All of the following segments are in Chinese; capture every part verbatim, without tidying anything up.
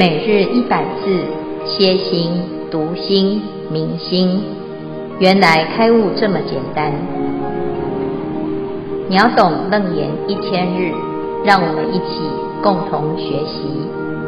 每日一百字，歇心、读心、明心，原来开悟这么简单。秒懂楞严一千日，让我们一起共同学习。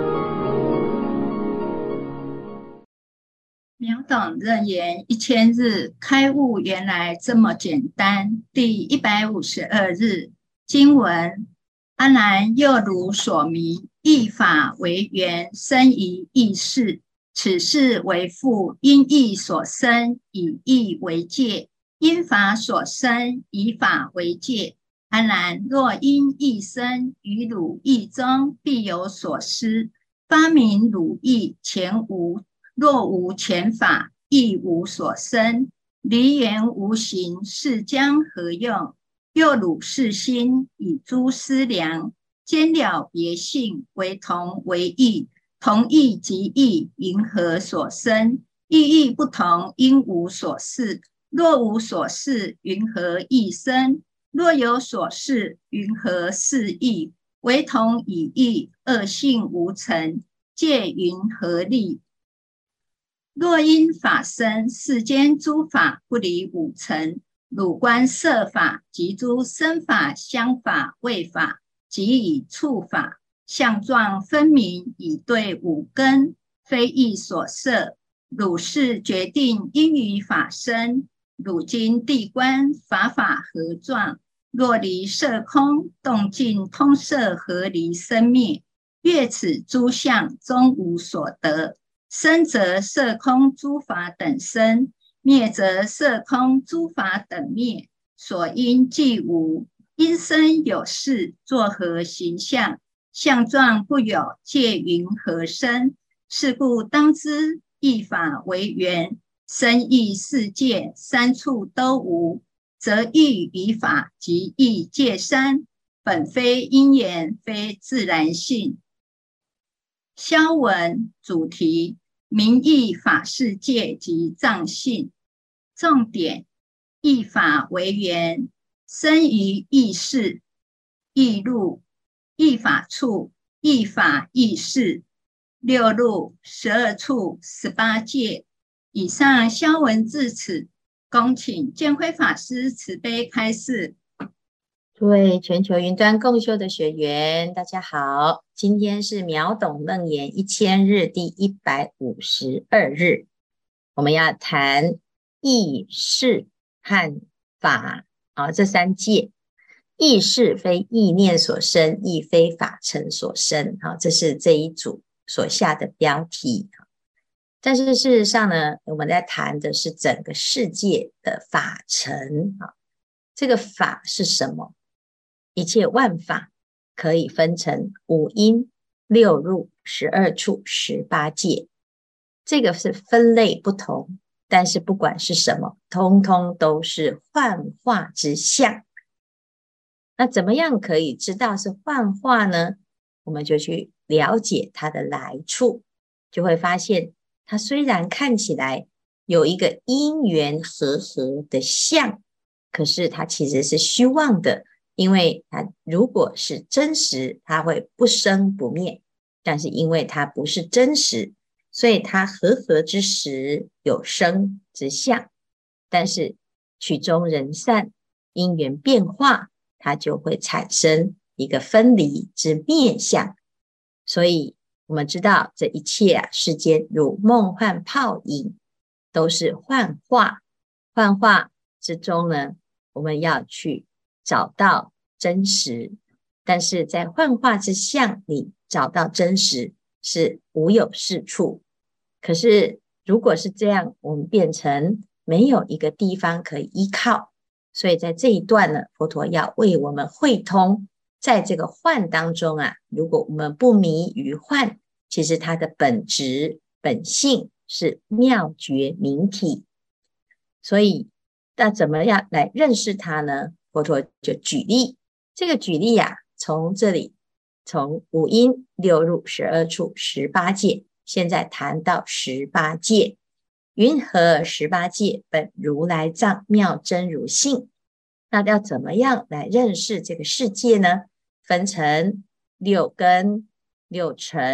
秒懂楞严一千日，开悟原来这么简单。第一百五十二日经文：阿难，又如所明，一法为缘，生于意识，此事为父，因意所生，以意为界；因法所生，以法为界。阿难，若因意生，于汝意中必有所失。发明汝意，前无；若无前法，亦无所生。离缘无形，是将何用？又汝是心，以诸思量，兼了别性，为同为异，同异即异，云何所生？异义不同，因无所事。若无所事，云何异生？若有所事，云何是异？为同以异，恶性无成，界云何立？若因法生，世间诸法不离五尘，汝观色法及诸生法、香法、味法，即以触法相状分明，以对五根，非意所摄。汝是决定因于法生，汝今谛观法法合状。若离色空，动静通摄合离生灭，越此诸相终无所得。生则色空诸法等生，灭则色空诸法等灭。所因既无，因生有事，作何形象？相状不有，界云何生？是故当知，一法为缘，生意世界三处都无，则义与法即义界三，本非因缘，非自然性。消文主题：明义法世界及藏性。重点：一法为缘，生于意识、意入、意法处、意法意识、六入、十二处、十八界。以上消文至此，恭请建辉法师慈悲开示。 诸位全球云端共修的学员，大家好，今天是秒懂楞严一千日第一百五十二日，我们要谈意识和法啊这三界。意识非意念所生，亦非法尘所生，啊，这是这一组所下的标题。但是事实上呢，我们在谈的是整个世界的法尘啊。这个法是什么？一切万法可以分成五阴、六入、十二处、十八界，这个是分类不同，但是不管是什么，通通都是幻化之相。那怎么样可以知道是幻化呢？我们就去了解它的来处，就会发现它虽然看起来有一个因缘和合的相，可是它其实是虚妄的。因为它如果是真实，它会不生不灭，但是因为它不是真实，所以它和合之时有生之相，但是曲终人散，因缘变化，它就会产生一个分离之灭相。所以我们知道这一切啊，世间如梦幻泡影，都是幻化。幻化之中呢，我们要去找到真实，但是在幻化之相里找到真实是无有是处。可是如果是这样，我们变成没有一个地方可以依靠，所以在这一段呢，佛陀要为我们会通，在这个幻当中啊，如果我们不迷于幻，其实它的本质本性是妙觉明体。所以那怎么样来认识它呢？佛陀就举例，这个举例啊，从这里从五阴、六入、十二处、十八界，现在谈到十八界。云何十八界本如来藏妙真如性？那要怎么样来认识这个世界呢？分成六根、六尘、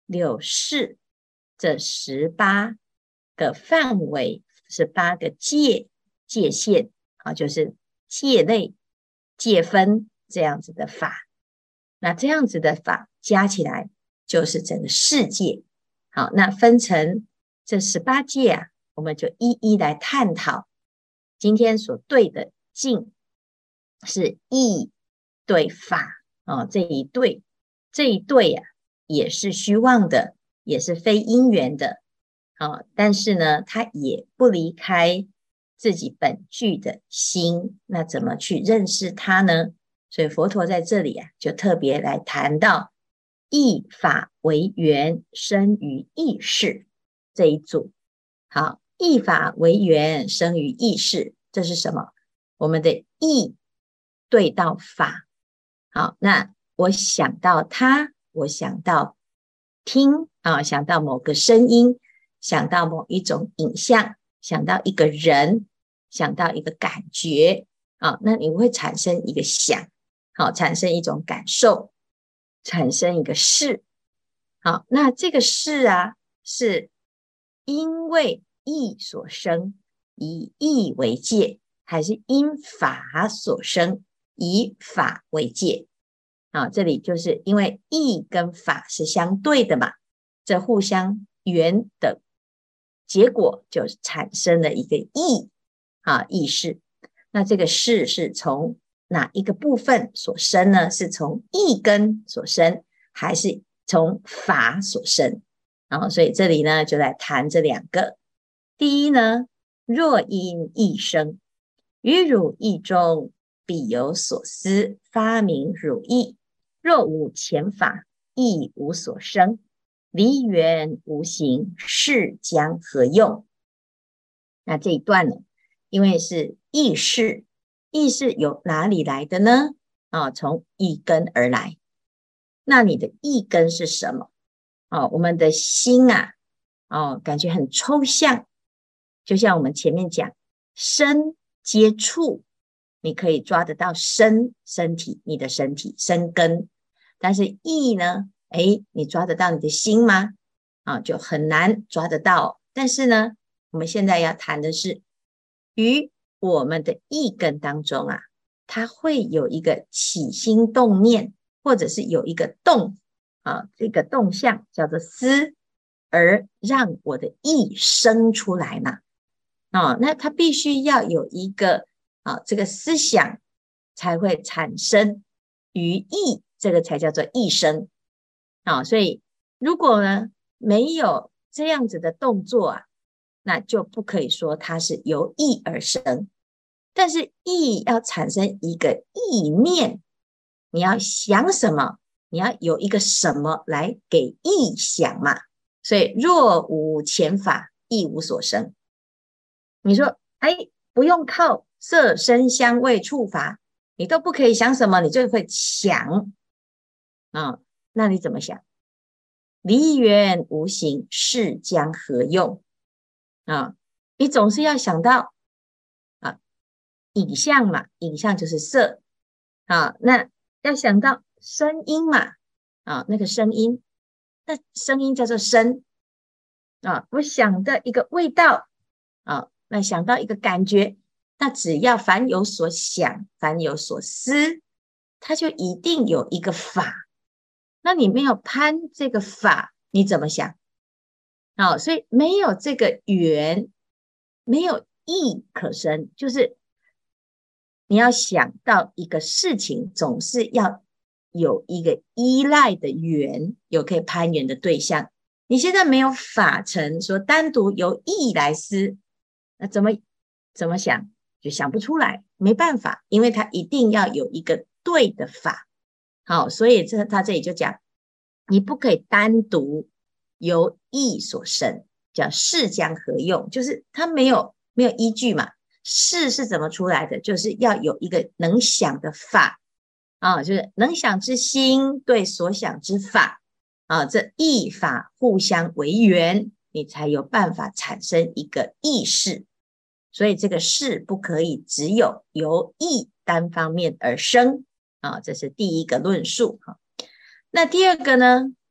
六识这十八个范围，十八个界界限啊，就是界类、界分这样子的法。那这样子的法加起来就是整个世界。好，那分成这十八界啊，我们就一一来探讨。今天所对的境是义对法啊，这一对，这一对啊，也是虚妄的，也是非因缘的啊。但是呢，它也不离开自己本具的心。那怎么去认识它呢？所以佛陀在这里啊，就特别来谈到义法为缘，生于意识这一组。好，义法为缘，生于意识，这是什么？我们的义对到法。好，那我想到它，我想到听啊，想到某个声音，想到某一种影像，想到一个人，想到一个感觉啊，那你会产生一个想。好，产生一种感受，产生一个事。好，那这个事啊，是因为义所生，以义为界，还是因法所生，以法为界？好，这里就是因为义跟法是相对的嘛，这互相缘的结果就产生了一个义啊，义事。那这个事是从哪一个部分所生呢？是从义根所生，还是从法所生？然后，所以这里呢，就来谈这两个。第一呢，若因义生，于汝义中必有所思，发明汝义。若无前法，亦无所生，离缘无形，是将何用？那这一段呢，因为是意识，意识由哪里来的呢？啊，从意根而来。那你的意根是什么？哦，我们的心啊，哦，感觉很抽象，就像我们前面讲，身接触，你可以抓得到身身体，你的身体身根，但是意呢，诶，你抓得到你的心吗？啊，就很难抓得到。但是呢，我们现在要谈的是，于我们的意根当中啊，它会有一个起心动念，或者是有一个动啊，这个动向叫做思，而让我的意生出来嘛。啊，那它必须要有一个啊，这个思想才会产生于意，这个才叫做意生啊。所以如果呢没有这样子的动作啊，那就不可以说它是由意而生。但是意要产生一个意念，你要想什么，你要有一个什么来给意想嘛。所以若无前法，亦无所生。你说哎，不用靠色声香味触法，你都不可以想什么，你就会想啊。那你怎么想？离缘无形，是将何用啊？你总是要想到啊，影像嘛，影像就是色啊。那要想到声音嘛，啊，那个声音，那声音叫做声啊。我想的一个味道啊，那想到一个感觉，那只要凡有所想，凡有所思，它就一定有一个法。那你没有攀这个法，你怎么想？哦，所以没有这个缘，没有意可生，就是你要想到一个事情，总是要有一个依赖的缘，有可以攀缘的对象。你现在没有法成，说单独由意来思，那怎么怎么想就想不出来，没办法，因为它一定要有一个对的法。好，所以这他这里就讲，你不可以单独由意所生，叫事将何用？就是它没有没有依据嘛。事是怎么出来的？就是要有一个能想的法啊，就是能想之心对所想之法啊，这意法互相为缘，你才有办法产生一个意识。所以这个事不可以只有由意单方面而生啊，这是第一个论述哈。那第二个呢？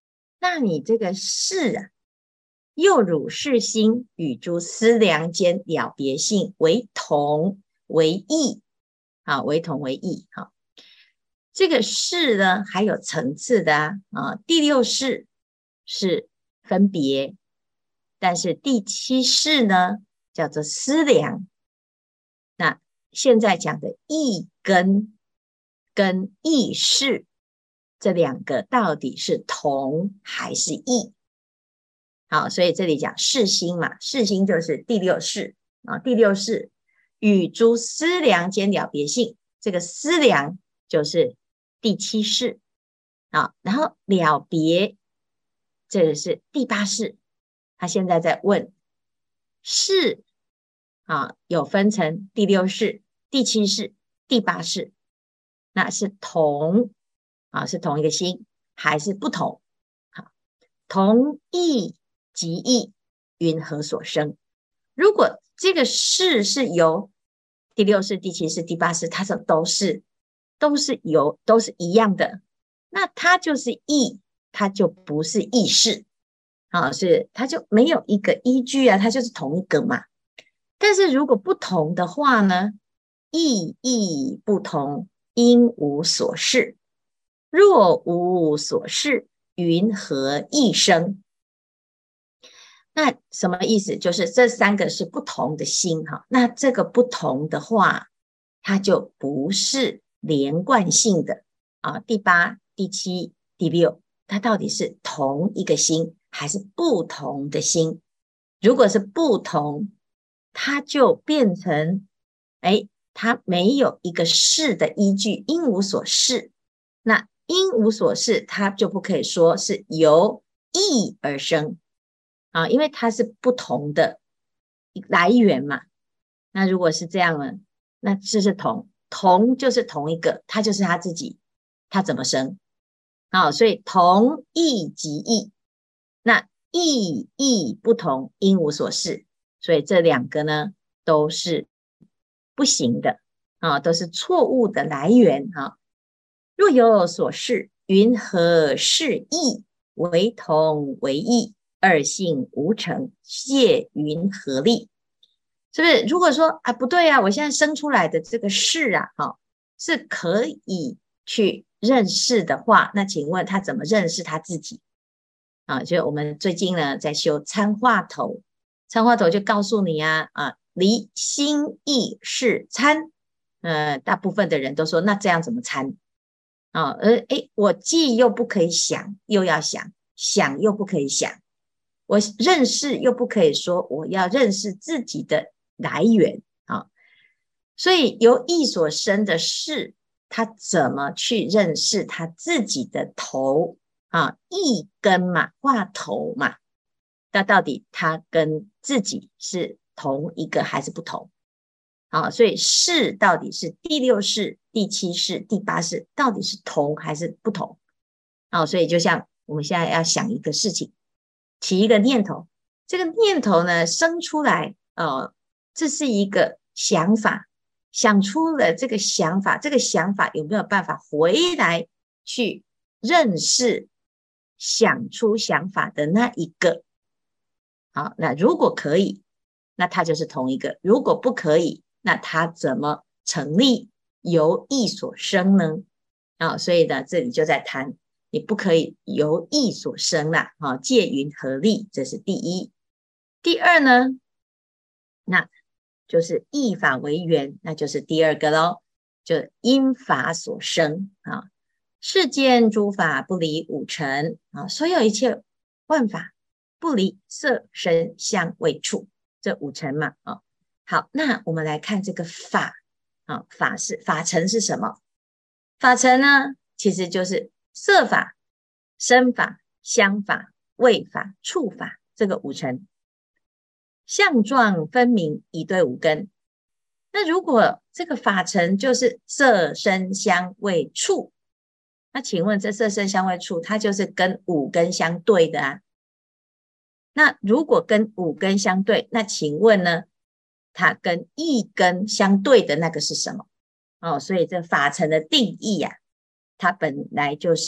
那你这个事啊，又汝是心与诸思量间了别性为同为异啊，为同为异。好，这个事呢还有层次的啊，啊第六事是分别，但是第七事呢叫做思量。那现在讲的异根跟异事这两个到底是同还是异？好，所以这里讲事心嘛，事心就是第六事啊，第六事与诸思量间了别性，这个思量就是第七事啊，然后了别这个是第八事。他现在在问事啊，有分成第六事、第七事、第八事，那是同啊，是同一个心还是不同？好，同异即异，云何所生？如果这个事是由第六世、第七世、第八世，它是都是都是由都是一样的，那它就是异，它就不是异事啊，是它就没有一个依据啊，它就是同一个嘛。但是如果不同的话呢，异义不同，因无所事。若无所事，云何异生？那什么意思？就是这三个是不同的心哈。那这个不同的话，它就不是连贯性的啊。第八、第七、第六，它到底是同一个心还是不同的心？如果是不同，它就变成，哎，它没有一个事的依据，因无所事。那因无所事，它就不可以说是由异而生啊，因为它是不同的来源嘛。那如果是这样呢，那这是同，同就是同一个，它就是他自己，他怎么生？啊，所以同异即异，那异异不同，因无所事，所以这两个呢都是不行的啊，都是错误的来源啊。若有所事，云何是异？为同为异，二性无成，谢云何立？是不是？如果说啊不对啊，我现在生出来的这个事啊，哈、哦，是可以去认识的话，那请问他怎么认识他自己啊？就我们最近呢在修参话头，参话头就告诉你啊啊，离心意是参，呃，大部分的人都说那这样怎么参？啊，而诶，我既又不可以想，又要想，想又不可以想，我认识又不可以说我要认识自己的来源啊，所以由意所生的事，他怎么去认识他自己的头啊？意根嘛，画头嘛，那到底他跟自己是同一个还是不同？啊，所以事到底是第六世、第七世、第八世，到底是同还是不同？啊，所以就像我们现在要想一个事情，起一个念头，这个念头呢生出来，呃，这是一个想法，想出了这个想法，这个想法有没有办法回来去认识想出想法的那一个？好，那如果可以，那它就是同一个；如果不可以，那它怎么成立由意所生呢？啊，所以呢，这里就在谈，你不可以由意所生啦，啊，借云何立？这是第一。第二呢，那就是意法为缘，那就是第二个咯，就因法所生啊。世间诸法不离五尘啊，所有一切万法不离色声香味触，这五尘嘛啊。好，那我们来看这个法啊，法是法尘是什么？法尘呢，其实就是色法、声法、香法、味法、触法，这个五尘相状分明，以对五根。那如果这个法尘就是色、声、香、味、触，那请问这色、声、香、味、触，它就是跟五根相对的啊。那如果跟五根相对，那请问呢？它跟一根相对的那个是什么？哦，所以这法尘的定义呀、啊，它本来就是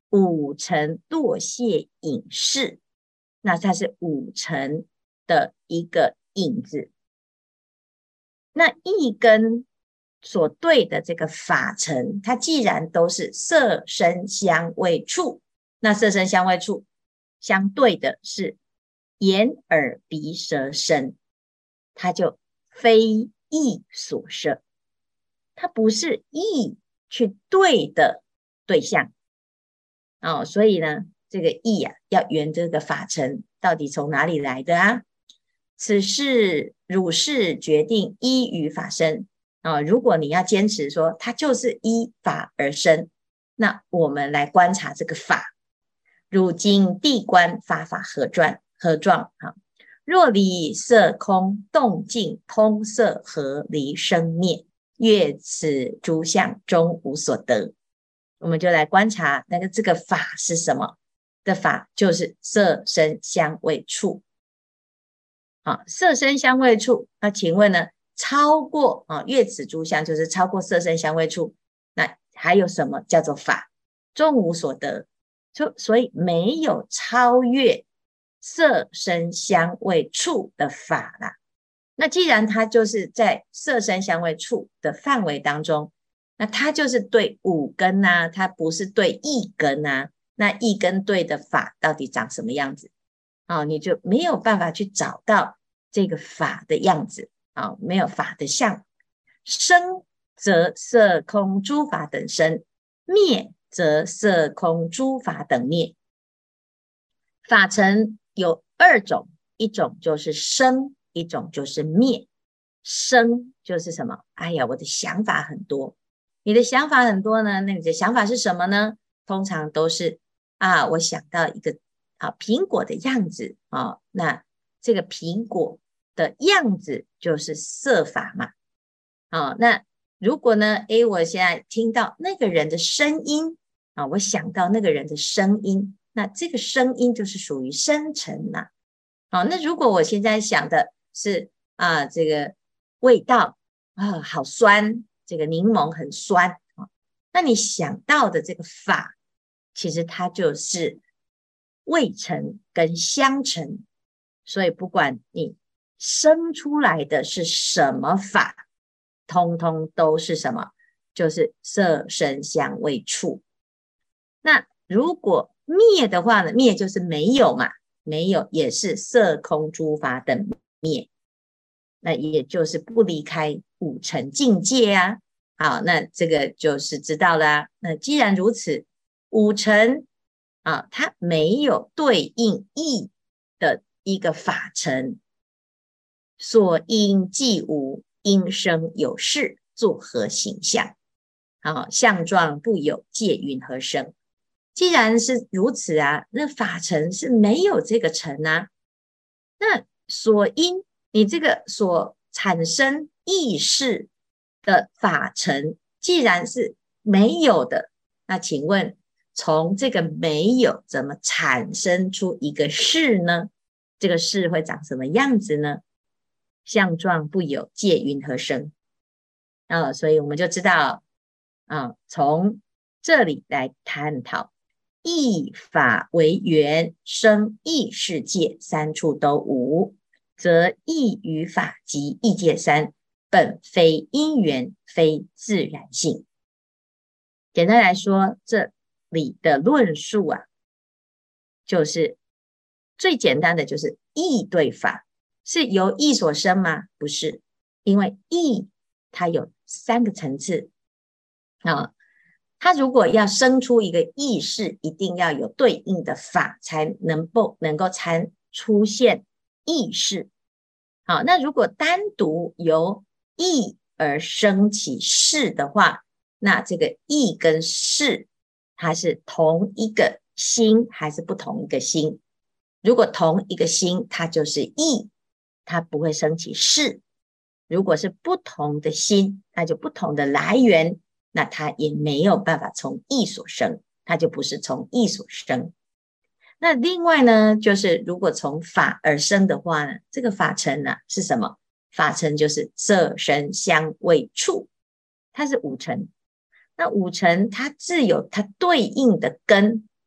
五尘堕谢影视，那它是五尘的一个影子。那意根所对的这个法尘，它既然都是色声香味触，那色声香味触相对的是眼耳鼻舌身，它就非意所摄，它不是意去对的对象哦。所以呢，这个意啊，要圆这个法尘到底从哪里来的啊？此事汝是决定依于法生啊。如果你要坚持说它就是依法而生，那我们来观察这个法。汝今地观法法何状？何状啊？若离色空动静通色合离生灭，越此诸相终无所得。我们就来观察那个这个法是什么的法，就是色声香味触。啊，色声香味触，那请问呢？超过啊，越此诸相就是超过色声香味触，那还有什么叫做法？终无所得，就所以没有超越色声香味触的法啦。那既然它就是在色声香味触的范围当中，那它就是对五根啊，它不是对一根啊。那一根对的法到底长什么样子？啊，你就没有办法去找到这个法的样子啊，没有法的相。生则色空诸法等生，灭则色空诸法等灭。法尘有二种，一种就是生，一种就是灭。生就是什么？哎呀，我的想法很多。你的想法很多呢，那你的想法是什么呢？通常都是啊，我想到一个啊苹果的样子啊，那这个苹果的样子就是色法嘛。啊，那如果呢，诶，我现在听到那个人的声音啊，我想到那个人的声音，那这个声音就是属于生成嘛。好，那如果我现在想的是啊，这个味道啊，好酸，这个柠檬很酸啊，那你想到的这个法，其实它就是味尘跟香尘。所以不管你生出来的是什么法，通通都是什么？就是色声香味触。那如果灭的话呢？灭就是没有嘛，没有也是色空诸法等灭，那也就是不离开五尘境界啊。好，那这个就是知道啦、啊。那既然如此，五尘啊，它没有对应义的一个法尘，所因既无，因生有事，作何形象？啊，相状不有，借云何生？既然是如此啊，那法尘是没有这个尘啊，那所因你这个所产生意识的法尘，既然是没有的，那请问从这个没有怎么产生出一个事呢？这个事会长什么样子呢？相状不有，借云何生？啊，所以我们就知道啊，从这里来探讨意法为缘生意世界，三处都无，则意与法及意界三本非因缘，非自然性。简单来说，这里的论述啊，就是最简单的，就是意对法是由意所生吗？不是，因为意它有三个层次啊。它如果要生出一个意识，一定要有对应的法，才能够能够才出现意识。好，那如果单独由意而生起事的话，那这个意跟事，它是同一个心还是不同一个心？如果同一个心，它就是意，它不会生起事。如果是不同的心，那就不同的来源，那它也没有办法从意所生，它就不是从意所生。那另外呢，就是如果从法而生的话呢，这个法尘呢、啊、是什么？法尘就是色声香味触，它是五尘。那五尘它自有它对应的根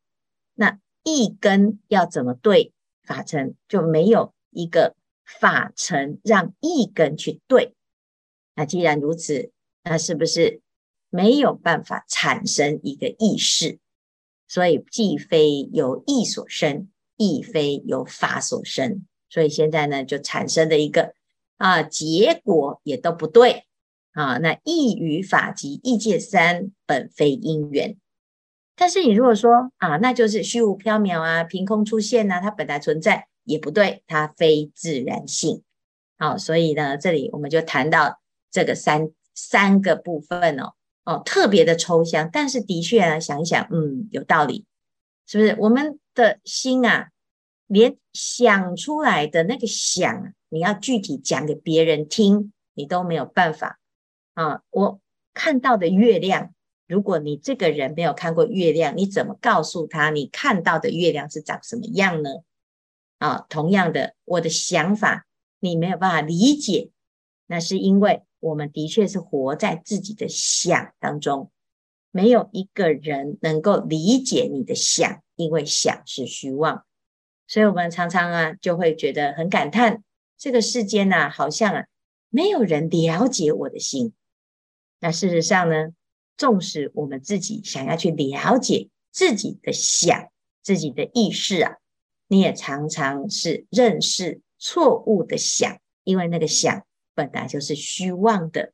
那意根要怎么对法尘，就没有一个法尘让意根去对。那既然如此，那是不是没有办法产生一个意识？所以既非由意所生，亦非由法所生，所以现在呢就产生了一个啊结果也都不对啊。那意与法及意界三本非因缘，但是你如果说啊那就是虚无缥缈啊，凭空出现啊，它本来存在也不对，它非自然性。好，所以呢这里我们就谈到这个三三个部分哦。哦，特别的抽象，但是的确啊，想一想，嗯，有道理，是不是？我们的心啊，连想出来的那个想，你要具体讲给别人听，你都没有办法啊。我看到的月亮，如果你这个人没有看过月亮，你怎么告诉他你看到的月亮是长什么样呢？啊，同样的，我的想法你没有办法理解，那是因为我们的确是活在自己的想当中，没有一个人能够理解你的想，因为想是虚妄。所以我们常常啊就会觉得很感叹，这个世间啊好像啊没有人了解我的心。那事实上呢，纵使我们自己想要去了解自己的想，自己的意识啊，你也常常是认识错误的想，因为那个想本来就是虚妄的。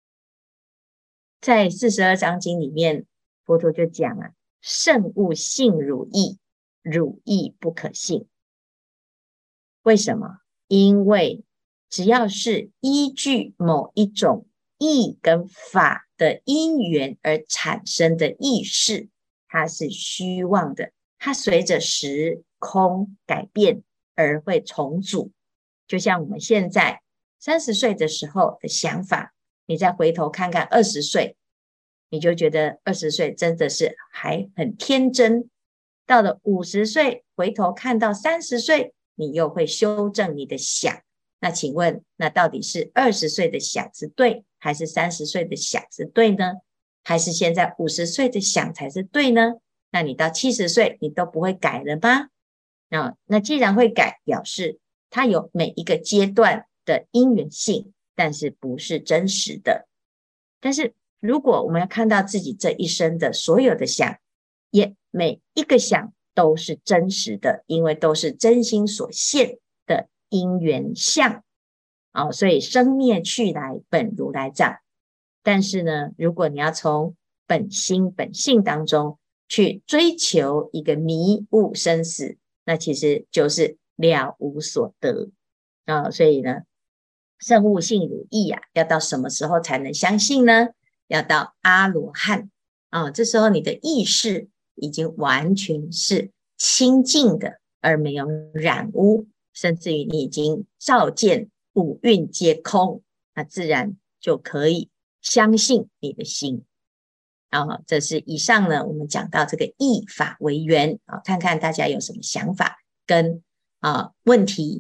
在四十二章经里面，佛陀就讲啊，圣物信汝意，汝意不可信。为什么？因为只要是依据某一种意跟法的因缘而产生的意识，它是虚妄的，它随着时空改变而会重组。就像我们现在三十岁的时候的想法，你再回头看看二十岁，你就觉得二十岁真的是还很天真。到了五十岁，回头看到三十岁，你又会修正你的想。那请问，那到底是二十岁的想是对，还是三十岁的想是对呢？还是现在五十岁的想才是对呢？那你到七十岁，你都不会改了吗？那那既然会改，表示它有每一个阶段的因缘性，但是不是真实的。但是如果我们要看到自己这一生的所有的想，也每一个想都是真实的，因为都是真心所现的因缘相、哦、所以生灭去来本如来藏。但是呢，如果你要从本心本性当中去追求一个迷悟生死，那其实就是了无所得、哦、所以呢，圣物信汝意啊，要到什么时候才能相信呢？要到阿罗汉、哦、这时候你的意识已经完全是清净的，而没有染污，甚至于你已经照见五蕴皆空，那自然就可以相信你的心。哦、这是以上呢我们讲到这个意法为缘、哦、看看大家有什么想法跟、呃、问题。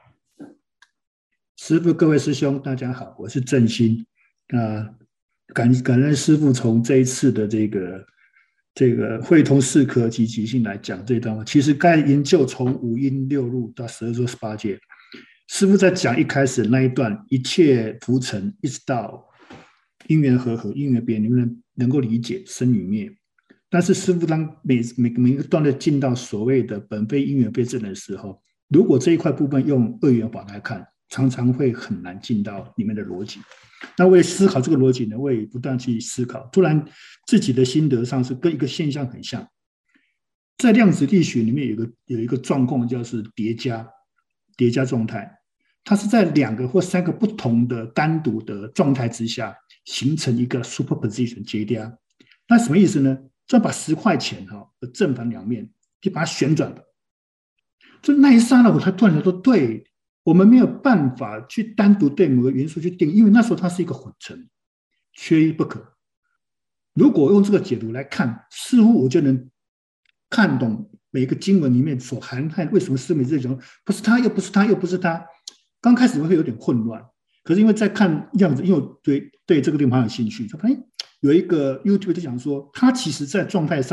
师父，各位师兄大家好，我是正心、呃、感, 感恩师父从这一次的这个这个会通四科及即性来讲这段话。其实该研究从五阴六路到十二座十八界，师父在讲一开始那一段一切浮沉，一直到因缘和合因缘别，你们能够理解生与灭。但是师父当 每, 每, 每一个段落进到所谓的本非因缘被证的时候，如果这一块部分用二元法来看，常常会很难进到里面的逻辑。那为了思考这个逻辑呢，我也不断去思考，突然自己的心得上是跟一个现象很像。在量子力学里面有一个有一个状况叫是叠加叠加状态，它是在两个或三个不同的单独的状态之下形成一个 superposition 叠加。那什么意思呢？就把十块钱的正反两面就把它旋转了，就那一刹那我才突然说，对，我们没有办法去单独对某个元素去定，因为那时候它是一个混成，缺一不可。如果用这个解读来看，似乎我就能看懂每个经文里面所含含为什么师父这种不是他又不是他又不是他。刚开始会有点混乱，可是因为在看样子，因为我 对, 对这个地方很有兴趣，就发现有一个 YouTube 就讲说，他其实在状态上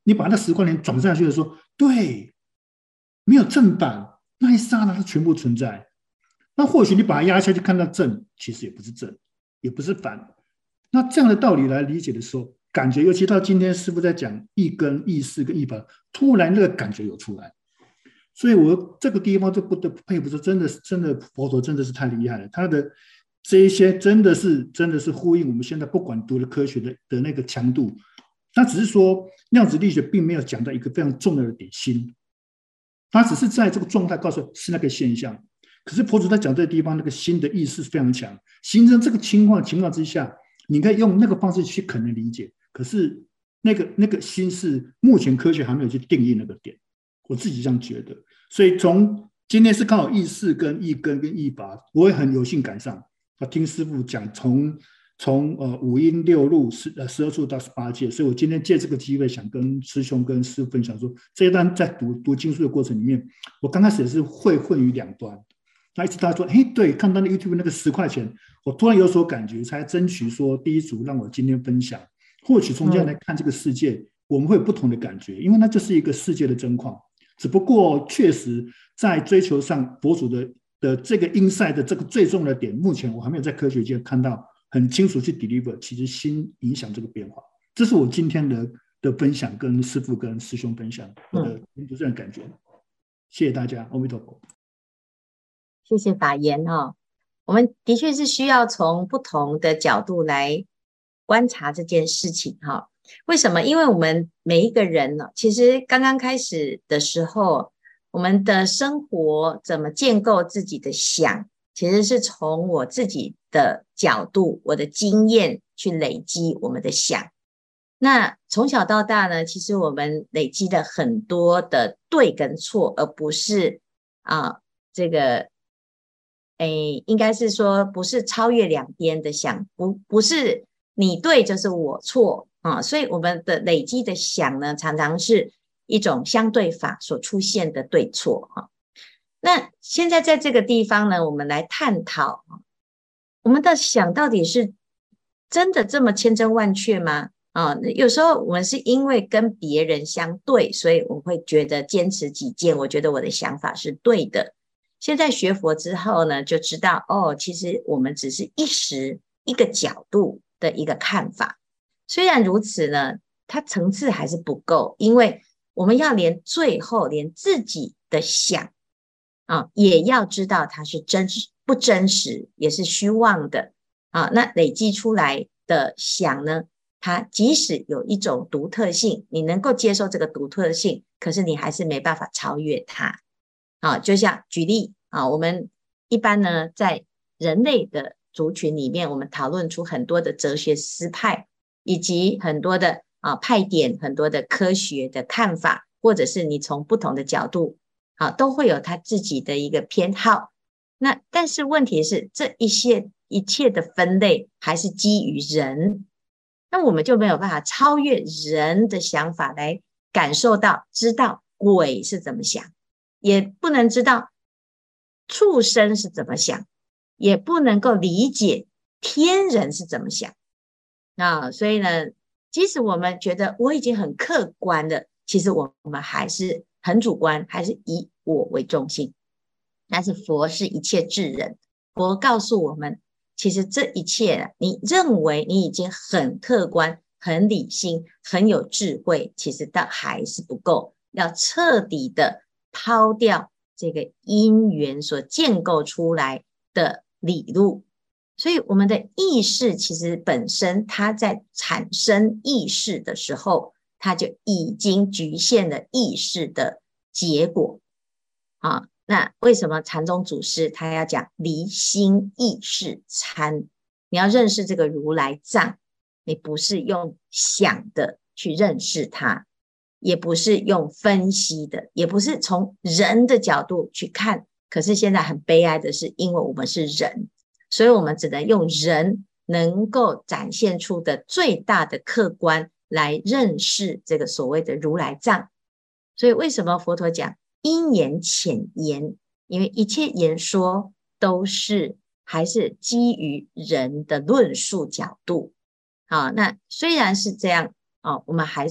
你把那十块钱转上去的时候，对，没有正版，那一刹那它全部存在。那或许你把它压下去看到正，其实也不是正，也不是反。那这样的道理来理解的时候，感觉尤其到今天师父在讲意根、意识跟意法，突然那个感觉有出来。所以我这个地方就不得不佩服说，真的真的佛陀真的是太厉害了，他的这一些真的是真的是呼应我们现在不管读的科学的的那个强度。他只是说量子力学并没有讲到一个非常重要的点心，他只是在这个状态告诉是那个现象。可是佛祖在讲这个地方，那个心的意识非常强，形成这个情况情况之下，你可以用那个方式去可能理解。可是那个那个心是目前科学还没有去定义那个点，我自己这样觉得。所以从今天是刚好意识跟意根跟意法，我也很有幸赶上。我听师父讲从从呃五音六路十呃十二处到十八界，所以我今天借这个机会想跟师兄跟师父分享说，这一段在读读经书的过程里面，我刚开始也是会混于两端。那一直他说，哎，对，看到那 YouTube 那个十块钱，我突然有所感觉，才争取说第一组让我今天分享。或许从这样来看这个世界，嗯、我们会有不同的感觉，因为那就是一个世界的真况。只不过确实在追求上，佛祖的的这个 insight 的这个最重要的点，目前我还没有在科学界看到很清楚去 deliver， 其实心影响这个变化。这是我今天的的分享，跟师父跟师兄分享我的读这样感觉。谢谢大家，阿弥陀佛。 谢谢法言哦，我们的确是需要从不同的角度来观察这件事情哈、哦。为什么？因为我们每一个人呢，其实刚刚开始的时候，我们的生活怎么建构自己的想，其实是从我自己的角度、我的经验去累积我们的想。那从小到大呢，其实我们累积了很多的对跟错，而不是啊这个。诶，应该是说不是超越两边的想，不不是你对就是我错啊，所以我们的累积的想呢，常常是一种相对法所出现的对错哈。那现在在这个地方呢，我们来探讨，我们的想到底是真的这么千真万确吗？啊，有时候我们是因为跟别人相对，所以我会觉得坚持己见，我觉得我的想法是对的。现在学佛之后呢，就知道哦，其实我们只是一时一个角度的一个看法。虽然如此呢，它层次还是不够，因为我们要连最后连自己的想啊，也要知道它是真实不真实，也是虚妄的啊。那累积出来的想呢，它即使有一种独特性，你能够接受这个独特性，可是你还是没办法超越它。啊，就像举例啊，我们一般呢，在人类的族群里面，我们讨论出很多的哲学思派，以及很多的啊派点，很多的科学的看法，或者是你从不同的角度啊，都会有他自己的一个偏好。那但是问题是，这一切一切的分类还是基于人，那我们就没有办法超越人的想法来感受到、知道鬼是怎么想。也不能知道畜生是怎么想，也不能够理解天人是怎么想。那所以呢，即使我们觉得我已经很客观的，其实我们还是很主观，还是以我为中心。但是佛是一切智人，佛告诉我们，其实这一切你认为你已经很客观、很理性、很有智慧，其实倒还是不够，要彻底的抛掉这个因缘所建构出来的理路。所以我们的意识其实本身它在产生意识的时候，它就已经局限了意识的结果啊。那为什么禅宗祖师他要讲离心意识参？你要认识这个如来藏，你不是用想的去认识它，也不是用分析的，也不是从人的角度去看。可是现在很悲哀的是，因为我们是人，所以我们只能用人能够展现出的最大的客观来认识这个所谓的如来藏。所以为什么佛陀讲因言浅言？因为一切言说都是还是基于人的论述角度。好，那虽然是这样啊，我们还是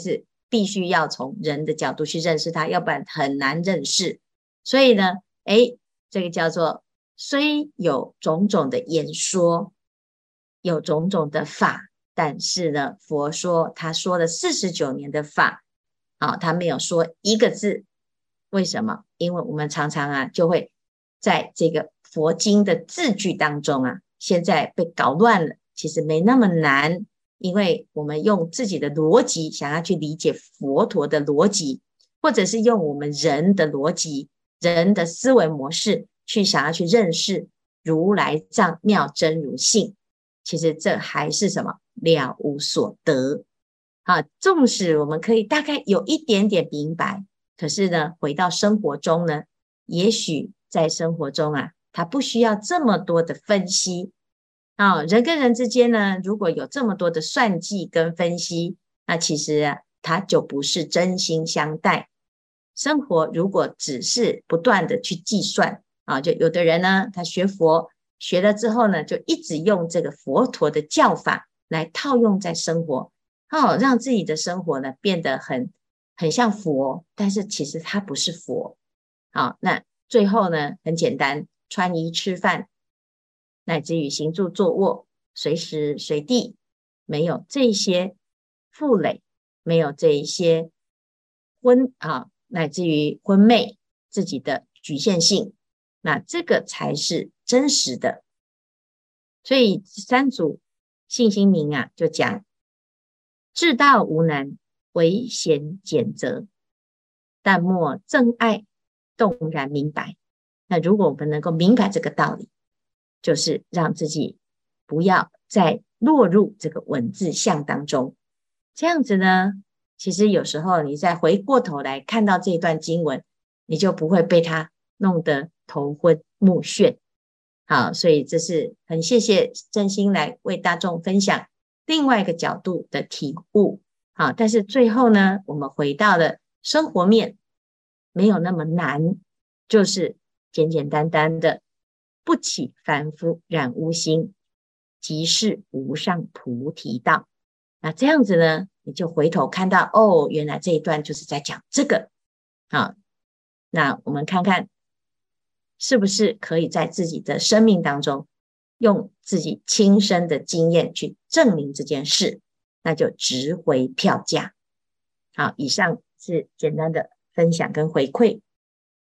必须要从人的角度去认识它，要不然很难认识。所以呢，诶，这个叫做虽有种种的言说，有种种的法，但是呢，佛说他说了四十九年的法，啊，他没有说一个字。为什么？因为我们常常啊，就会在这个佛经的字句当中啊，现在被搞乱了。其实没那么难，因为我们用自己的逻辑想要去理解佛陀的逻辑，或者是用我们人的逻辑、人的思维模式去想要去认识如来藏妙真如性。其实这还是什么？了无所得。啊，纵使我们可以大概有一点点明白，可是呢，回到生活中呢，也许在生活中啊，它不需要这么多的分析啊。人跟人之间呢，如果有这么多的算计跟分析，那其实啊，它就不是真心相待。生活如果只是不断的去计算啊，就有的人呢，他学佛学了之后呢，就一直用这个佛陀的教法来套用在生活，哦，让自己的生活呢变得很很像佛，但是其实它不是佛。好，那最后呢，很简单，穿衣吃饭，乃至于行住坐卧，随时随地，没有这些负累，没有这一些昏啊，乃至于昏昧自己的局限性，那这个才是真实的。所以三祖信心明啊，就讲至道无难，唯贤简择，但莫憎爱，动然明白。那如果我们能够明白这个道理，就是让自己不要再落入这个文字相当中。这样子呢，其实有时候你再回过头来看到这一段经文，你就不会被它弄得头昏目眩。好，所以这是很谢谢真心来为大众分享另外一个角度的体悟。好，但是最后呢，我们回到了生活面，没有那么难，就是简简单单的不起凡夫染污心，即是无上菩提道。那这样子呢，你就回头看到，哦，原来这一段就是在讲这个。好，那我们看看是不是可以在自己的生命当中用自己亲身的经验去证明这件事，那就值回票价。好，以上是简单的分享跟回馈。